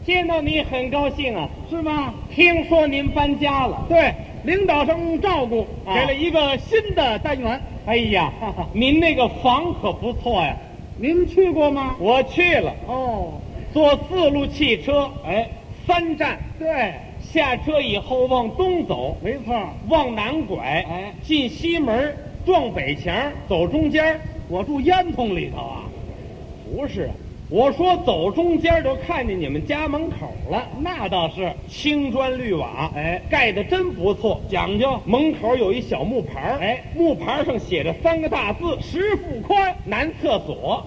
见到你很高兴啊， 是吗？ 听说您搬家了。 对，领导上照顾， 啊给了一个新的单元。 哎呀，您那个房可不错呀， 您去过吗？ 我去了， 哦， 坐4路汽车， 哎， 3站， 对， 下车以后往东走， 没错。 往南拐， 哎进西门，撞北墙，走中间。 我住烟囱里头啊。 不是，我说走中间就看见你们家门口了， 那倒是。 青砖绿瓦， 哎盖得真不错， 讲究。 门口有一小木牌儿， 哎木牌上写着3个大字 10副宽。 男厕所。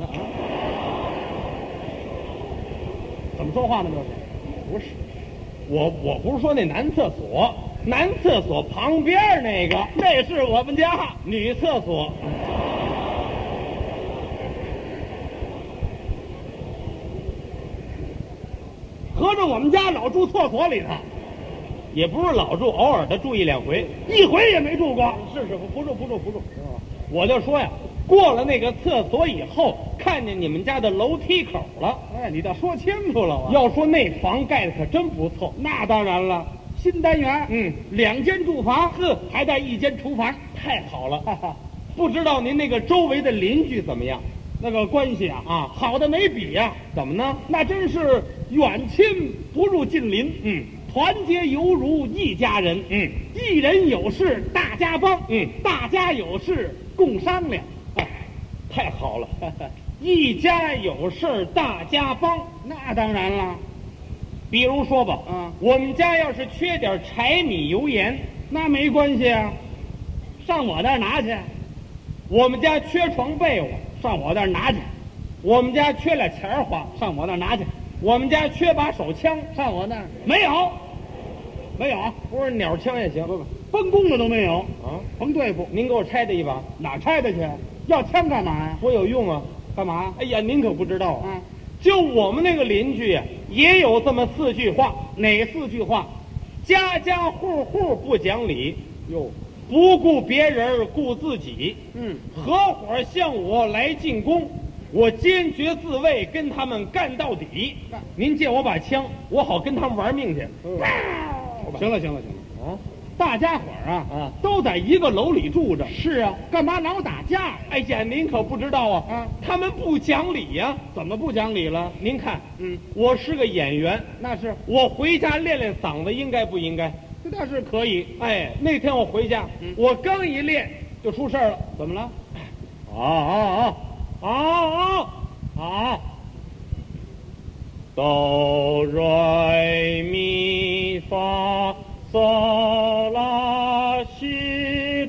怎么说话呢？这是？ 不是，我不是说那男厕所，男厕所旁边那个那是我们家。 女厕所。 合着我们家老住厕所里头， 也不是老住，偶尔的住1-2回。 一回也没住过。 是不住。我就说呀，过了那个厕所以后，看见你们家的楼梯口了。 哎，你倒说清楚了啊。 要说那房盖的可真不错， 那当然了，新单元，2间住房，还带1间厨房， 太好了。 哈哈， 不知道您那个周围的邻居怎么样？ 那个关系啊，好的没比呀。 怎么呢？ 那真是远亲不如近邻，团结犹如一家人，一人有事大家帮，大家有事共商量， 太好了，一家有事儿大家帮。 那当然了， 比如说吧，我们家要是缺点柴米油盐， 那没关系啊，上我那儿拿去； 我们家缺床被窝， 上我那儿拿去； 我们家缺俩钱儿花， 上我那儿拿去； 我们家缺把手枪， 上我那儿没有，没有， 不是鸟枪也行， 分工的都没有啊， 甭对付。 您给我拆的一把， 哪儿拆的去？要枪干嘛呀？ 多有用啊！ 干嘛？ 哎呀，您可不知道啊， 就我们那个邻居呀，也有这么4句话。 哪4句话？ 家家户户不讲理， 哟， 不顾别人顾自己，合伙向我来进攻，我坚决自卫，跟他们干到底。您借我把枪，我好跟他们玩命去。 行了啊！大家伙儿啊都在一个楼里住着。 是啊， 干嘛老打架？ 哎呀，您可不知道啊，他们不讲理呀。 怎么不讲理了？ 您看，我是个演员， 那是我回家练练嗓子，应该不应该？ 这倒是可以。 哎，那天我回家，我刚一练就出事儿了。 怎么了？ 哆来咪发嗦拉西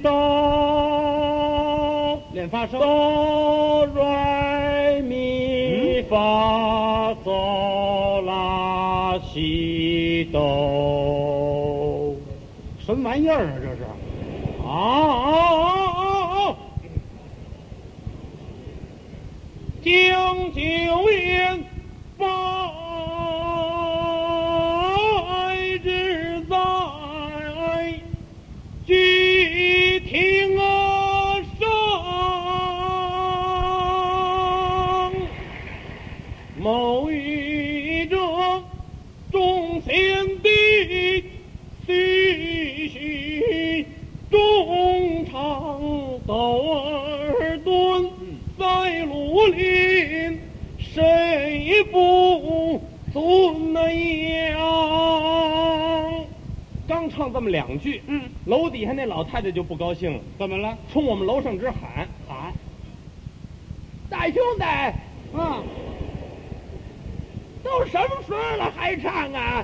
哆， 练发声。 哆来咪发嗦拉西哆， 什么玩意儿啊？这是将酒言百日在，举庭上，某一者众贤弟，须须中长斗尔顿，在庐林谁不尊扬？刚唱这么2句，楼底下那老太太就不高兴了。 怎么了？ 冲我们楼上直喊：大兄弟，都什么时候了还唱啊？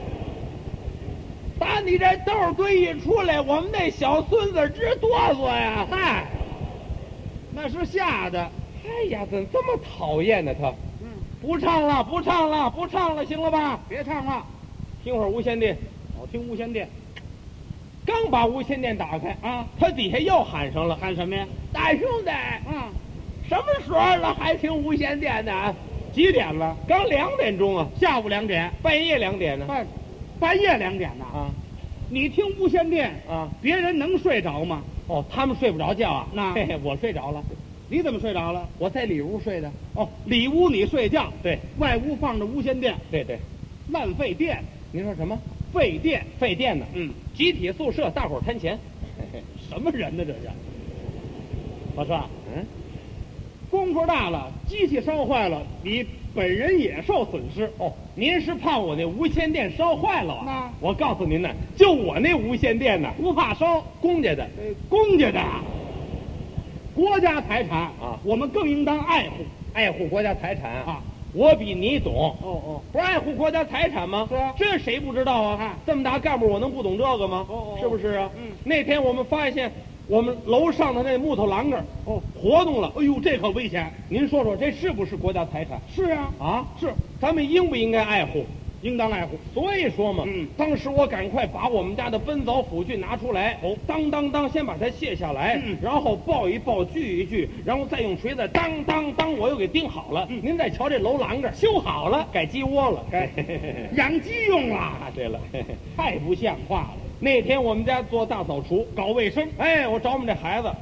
打你这豆堆一出来，我们那小孙子直哆嗦呀！ 嗨，那是吓的。 哎呀，怎么这么讨厌呢？他，不唱了，行了吧？ 别唱了， 听会儿无线电。 我听无线电。 刚把无线电打开他底下又喊上了。 喊什么呀？ 大兄弟，什么时候了还听无线电呢？ 几点了？ 刚2点钟啊， 下午2点， 半夜2点呢。 半夜2点呢？你听无线电别人能睡着吗？ 哦，他们睡不着觉啊。 那嘿嘿，我睡着了。 你怎么睡着了？ 我在里屋睡的。 哦，里屋你睡觉， 对， 外屋放着无线电。 对， 乱费电， 您说什么？ 费电， 费电呢？集体宿舍大伙儿摊钱， 什么人呢这是？老师，功夫大了，机器烧坏了，你本人也受损失。 哦，您是怕我那无线电烧坏了啊？ 我告诉您呢，就我那无线电呢， 不怕烧， 公家的， 公家的，国家财产啊， 我们更应当爱护， 爱护国家财产啊。 我比你懂。 哦， 不是爱护国家财产吗？ 是啊， 这谁不知道啊？这么大干部，我能不懂这个吗？是不是啊？那天我们发现我们楼上的那木头栏杆活动了。 哎呦，这可危险！ 您说说，这是不是国家财产？ 是啊，是， 咱们应不应该爱护？ 应当爱护。 所以说嘛，当时我赶快把我们家的奔凿斧锯拿出来，当当当，先把它卸下来，然后抱一抱，锯一锯，然后再用锤子当当当，我又给钉好了。您再瞧这楼栏杆修好了，改鸡窝了， 该养鸡用了。 对了， 太不像话了。 那天我们家做大扫除， 搞卫生， 我找我们这孩子，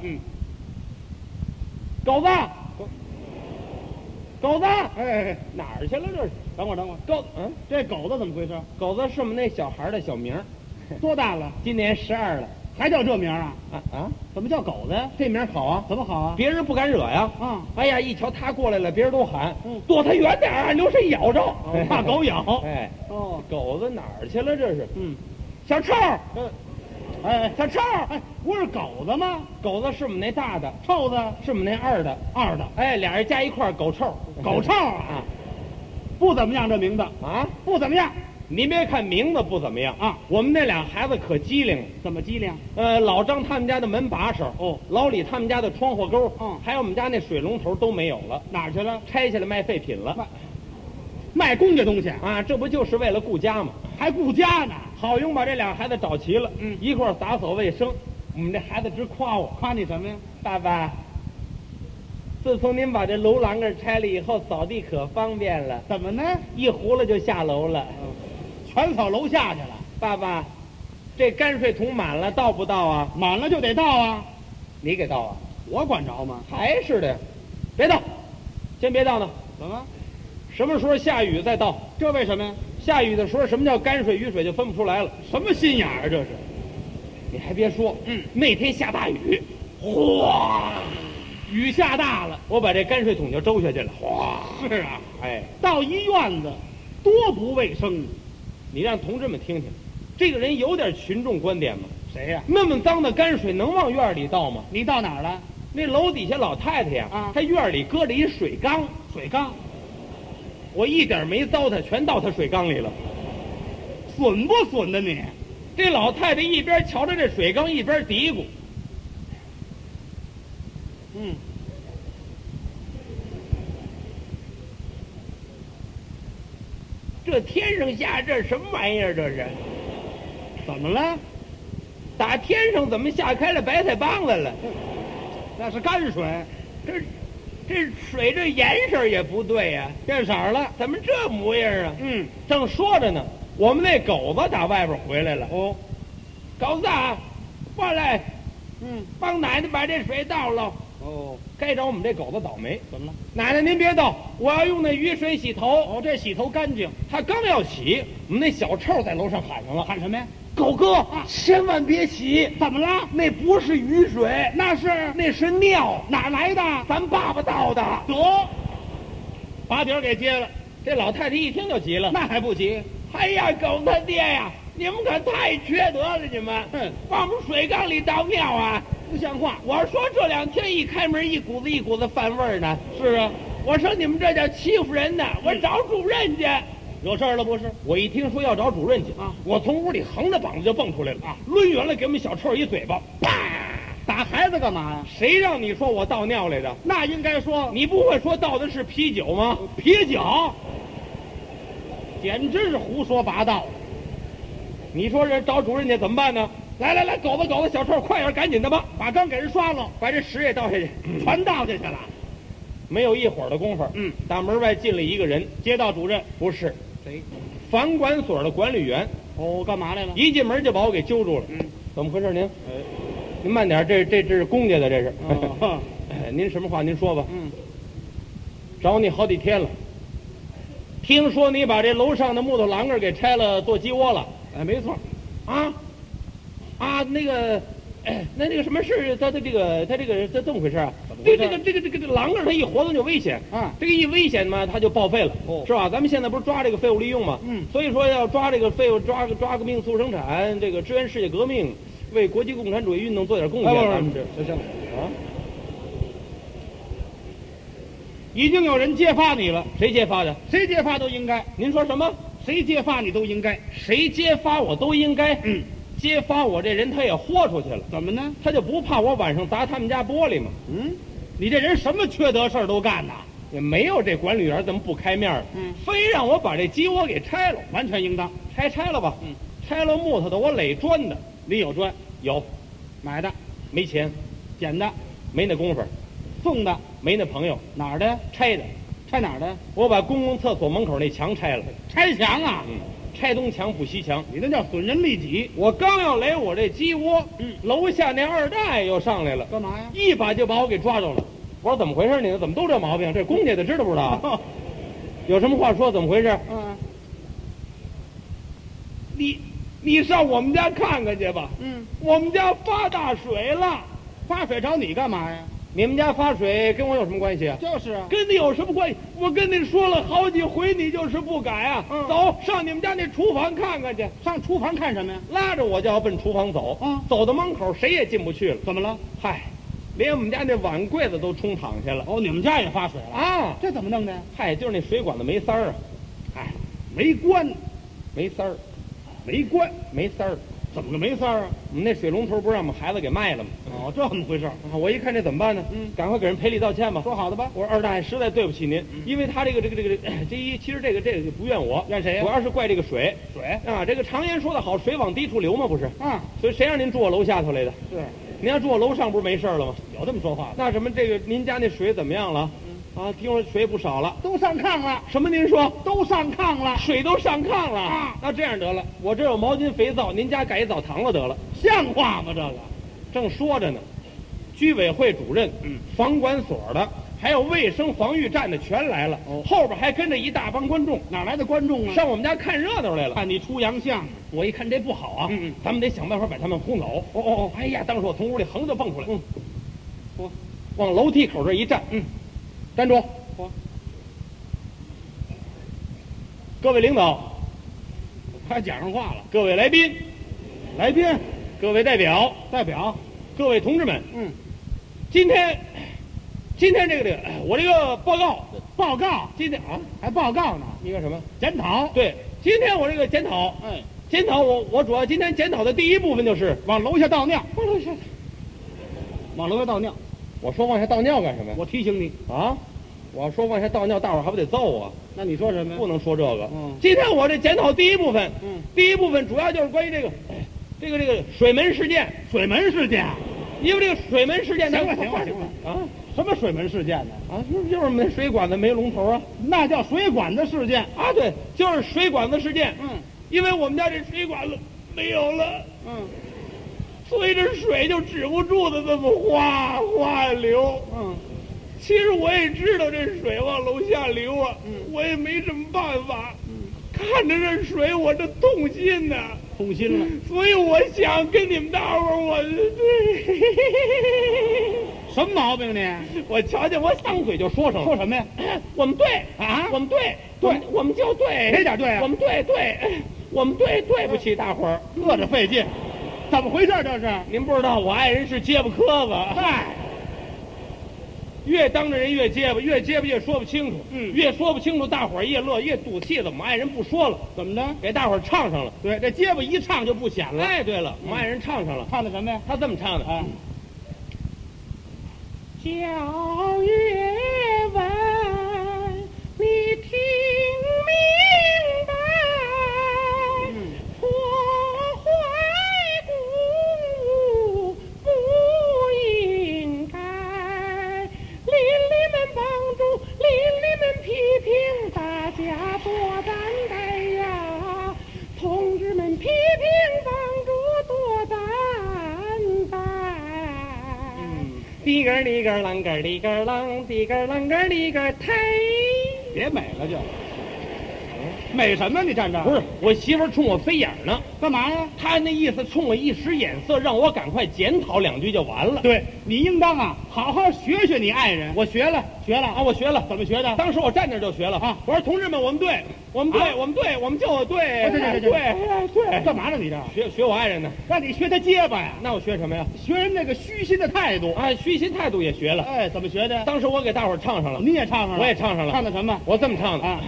狗子，狗子，哪儿去了这是？ 等会儿， 狗， 这狗子怎么回事？ 狗子是我们那小孩的小名， 多大了？ 今年12了， 还叫这名啊？怎么叫狗子？ 这名好啊， 怎么好啊？ 别人不敢惹呀。哎呀，一瞧他过来了，别人都喊，躲他远点啊，留神咬着， 怕狗咬。 狗子哪儿去了？这是，小臭，小臭， 不是狗子吗？ 狗子是我们那大的， 臭子是我们那二的，俩人加一块狗臭， 狗臭啊，不怎么样，这名字啊， 不怎么样。 您别看名字不怎么样啊，我们那俩孩子可机灵了。 怎么机灵？ 老张他们家的门把手，老李他们家的窗户钩，还有我们家那水龙头都没有了， 哪儿去了？ 拆下来卖废品了， 卖公家东西啊，这不就是为了顾家吗？ 还顾家呢， 好用把这俩孩子找齐了，一块打扫卫生。我们这孩子直夸我， 夸你什么呀？ 爸爸，自从您把这楼栏杆拆了以后，扫地可方便了。 怎么呢？ 一糊了就下楼了， 全扫楼下去了。 爸爸，这泔水桶满了，倒不倒啊？ 满了就得倒啊。 你给倒啊？ 我管着吗？ 还是的，别倒，先别倒呢。 怎么？ 什么时候下雨再倒？ 这为什么呀？ 下雨的时候，什么叫泔水雨水就分不出来了。 什么心眼儿这是？ 你还别说，那天下大雨，哗， 雨下大了， 我把这泔水桶就周下去了，哗。 是啊， 到医院子多不卫生。 你让同志们听听，这个人有点群众观点吗？ 谁呀？ 那么脏的泔水能往院里倒吗？ 你到哪儿了？ 那楼底下老太太呀，她院里搁着一水缸，我一点没糟蹋，全倒她水缸里了。 损不损的你？ 这老太太一边瞧着这水缸，一边嘀咕：“这天上下这什么玩意儿？这是怎么了？ 打天上怎么下开了白菜帮子了？ 那是泔水， 这水这颜色也不对呀， 变色了， 怎么这模样啊？正说着呢，我们那狗子打外边回来了。狗子，过来，帮奶奶把这水倒了。该找我们这狗子倒霉。 怎么了？ 奶奶您别倒，我要用那雨水洗头。 这洗头干净。 他刚要洗，我们那小臭在楼上喊上了， 喊什么呀？ 狗哥，千万别洗！ 怎么了？ 那不是雨水，那是尿。 哪来的？ 咱爸爸倒的。 得，把底儿给接了。 这老太太一听就急了， 那还不急？ 哎呀，狗他爹呀，你们可太缺德了！你们，往我们水缸里倒尿啊， 不像话！ 我说这2天一开门，一股子饭味儿呢。 是啊， 我说你们这叫欺负人呢！我找主任去。 有事儿了不是？ 我一听说要找主任去我从屋里横着膀子就蹦出来了抡圆了给我们小臭一嘴巴，啪！ 打孩子干嘛呀？ 谁让你说我倒尿来的？ 那应该说你不会说倒的是啤酒吗？ 啤酒，简直是胡说八道。 你说人找主任去怎么办呢？来，狗子，小臭，快点，赶紧的吧， 把缸给人刷了， 把这屎也倒下去， 全倒下去了。 没有一会儿的功夫，大门外进了一个人， 街道主任。 不是， 谁？ 房管所的管理员。 干嘛来了？ 一进门就把我给揪住了。怎么回事您？您慢点，这是公家的，这是。您什么话您说吧。找你好几天了， 听说你把这楼上的木头栏杆给拆了，做鸡窝了。 哎，没错。 那个，那个什么事？他这个这么回事啊？ 这个栏杆它一活动就危险啊， 这个一危险嘛，它就报废了，是吧？咱们现在不是抓这个废物利用嘛，所以说要抓这个废物，抓个命促生产，这个支援世界革命，为国际共产主义运动做点贡献。咱们这行啊， 已经有人揭发你了， 谁揭发的？ 谁揭发都应该。 您说什么？ 谁揭发你都应该， 谁揭发我都应该。揭发我这人他也豁出去了， 怎么呢？ 他就不怕我晚上砸他们家玻璃吗？ 你这人什么缺德事儿都干呐？ 也没有这管理员怎么不开面非让我把这鸡窝给拆了， 完全应当拆了吧？拆了木头的，我垒砖的。 你有砖？ 有。 买的？ 没钱。 捡的？ 没那功夫。 送的？ 没那朋友。 哪儿的？ 拆的。 拆哪儿的？ 我把公共厕所门口那墙拆了。 拆墙啊？ 拆东墙补西墙， 你那叫损人利己。 我刚要垒我这鸡窝，楼下那二大爷又上来了， 干嘛呀？ 一把就把我给抓住了。我说怎么回事？你怎么都这毛病？这公家的知道不知道？有什么话说？怎么回事？你上我们家看看去吧。我们家发大水了。 发水找你干嘛呀？ 你们家发水跟我有什么关系啊？ 就是啊， 跟你有什么关系？我跟你说了好几回，你就是不改啊！走上你们家那厨房看看去。 上厨房看什么呀？ 拉着我就要奔厨房走。走到门口谁也进不去了。 怎么了？ 嗨，连我们家那碗柜子都冲淌下了。 你们家也发水了啊？ 这怎么弄的？ 嗨，就是那水管子没塞儿啊。 没关， 没塞儿， 没关， 没塞儿。 怎么个没塞儿啊？ 我们那水龙头不是让我们孩子给卖了吗？ 这怎么回事？ 我一看这怎么办呢？赶快给人赔礼道歉吧。 说好的吧。 我说二大爷实在对不起您，因为他这一其实这个就不怨我， 怨谁呀？ 主要是怪这个水啊。这个常言说得好，水往低处流嘛，不是？所以谁让您住我楼下头来的？ 是， 您要住我楼上不是没事了吗？ 有这么说话的。 那什么，这个您家那水怎么样了？听说水不少了， 都上炕了。 什么？您说都上炕了？ 水都上炕了那这样得了，我这有毛巾肥皂，您家改一澡堂子得了， 像话吗？这个正说着呢，居委会主任、房管所的，还有卫生防御站的全来了。后边还跟着一大帮观众。 哪来的观众啊？ 上我们家看热闹来了。 看你出洋相。 我一看这不好啊，咱们得想办法把他们轰走。哎呀，当时我从屋里横着蹦出来，我往楼梯口这一站，站住！各位领导， 还讲上话了。 各位来宾，各位代表，各位同志们，今天这个我这个报告，今天还报告呢？ 应该什么？ 检讨。 对，今天我这个检讨，检讨我主要今天检讨的第一部分就是往楼下倒尿，往楼下倒尿。 我说往下倒尿干什么呀？ 我提醒你啊！我要说往下倒尿，大伙儿还不得揍我？ 那你说什么呀？ 不能说这个。今天我这检讨第一部分，第一部分主要就是关于这个水门事件。 水门事件， 因为这个水门事件， 行了啊！什么水门事件呢？ 就是我们水管子没龙头啊， 那叫水管子事件啊！对，就是水管子事件。因为我们家这水管子没有了，所以这水就止不住的这么哗流。其实我也知道这水往楼下流啊，我也没什么办法。看着这水，我这痛心呐， 痛心了。 所以我想跟你们大伙儿， 什么毛病呢？ 我瞧见我张嘴就说上了。 说什么呀？ 我们对啊，我们对，我们就对。 哪点对啊？ 我们对，我们对不起大伙儿， 乐着费劲。怎么回事这是？ 您不知道，我爱人是结巴磕子。 嗨。 越当着人越结巴，越结巴越说不清楚，越说不清楚，大伙儿越乐越赌气。我们爱人不说了， 怎么的？ 给大伙儿唱上了。 对，这结巴一唱就不显了。 哎，对了，我们爱人唱上了， 唱的什么呀？ 他这么唱的啊： 皎月问，你听明白？破坏公物不应该。邻里们帮助，邻里们批评，大家多担待呀！同志们批评帮助多担待。滴个哩个啷个哩个啷，滴个啷个哩个忒。 别美了就。 美什么？你站这儿不是，我媳妇儿冲我飞眼呢， 干嘛呀？ 她那意思冲我一使眼色，让我赶快检讨2句就完了。 对，你应当啊，好好学学你爱人。 我学了啊，我学了。 怎么学的？ 当时我站那儿就学了啊！ 我说同志们，我们对，我们对，我们对，我们就对，对， 干嘛呢？你这学我爱人呢？ 让你学他结巴呀？ 那我学什么呀？ 学人那个虚心的态度。 啊，虚心态度也学了。 哎，怎么学的？ 当时我给大伙儿唱上了， 你也唱上了， 我也唱上了。 唱的什么？ 我这么唱的啊。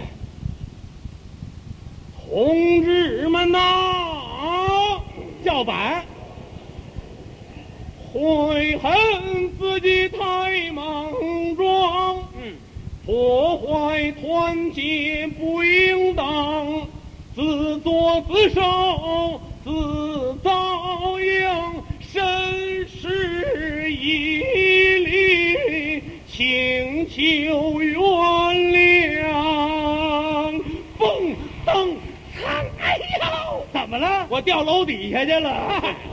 同志们呐， 叫板， 悔恨自己太莽撞，破坏团结不应当，自作自受自遭殃，身世已离，请求原谅。蹦蹬。哎呦， 怎么了？ 我掉楼底下去了。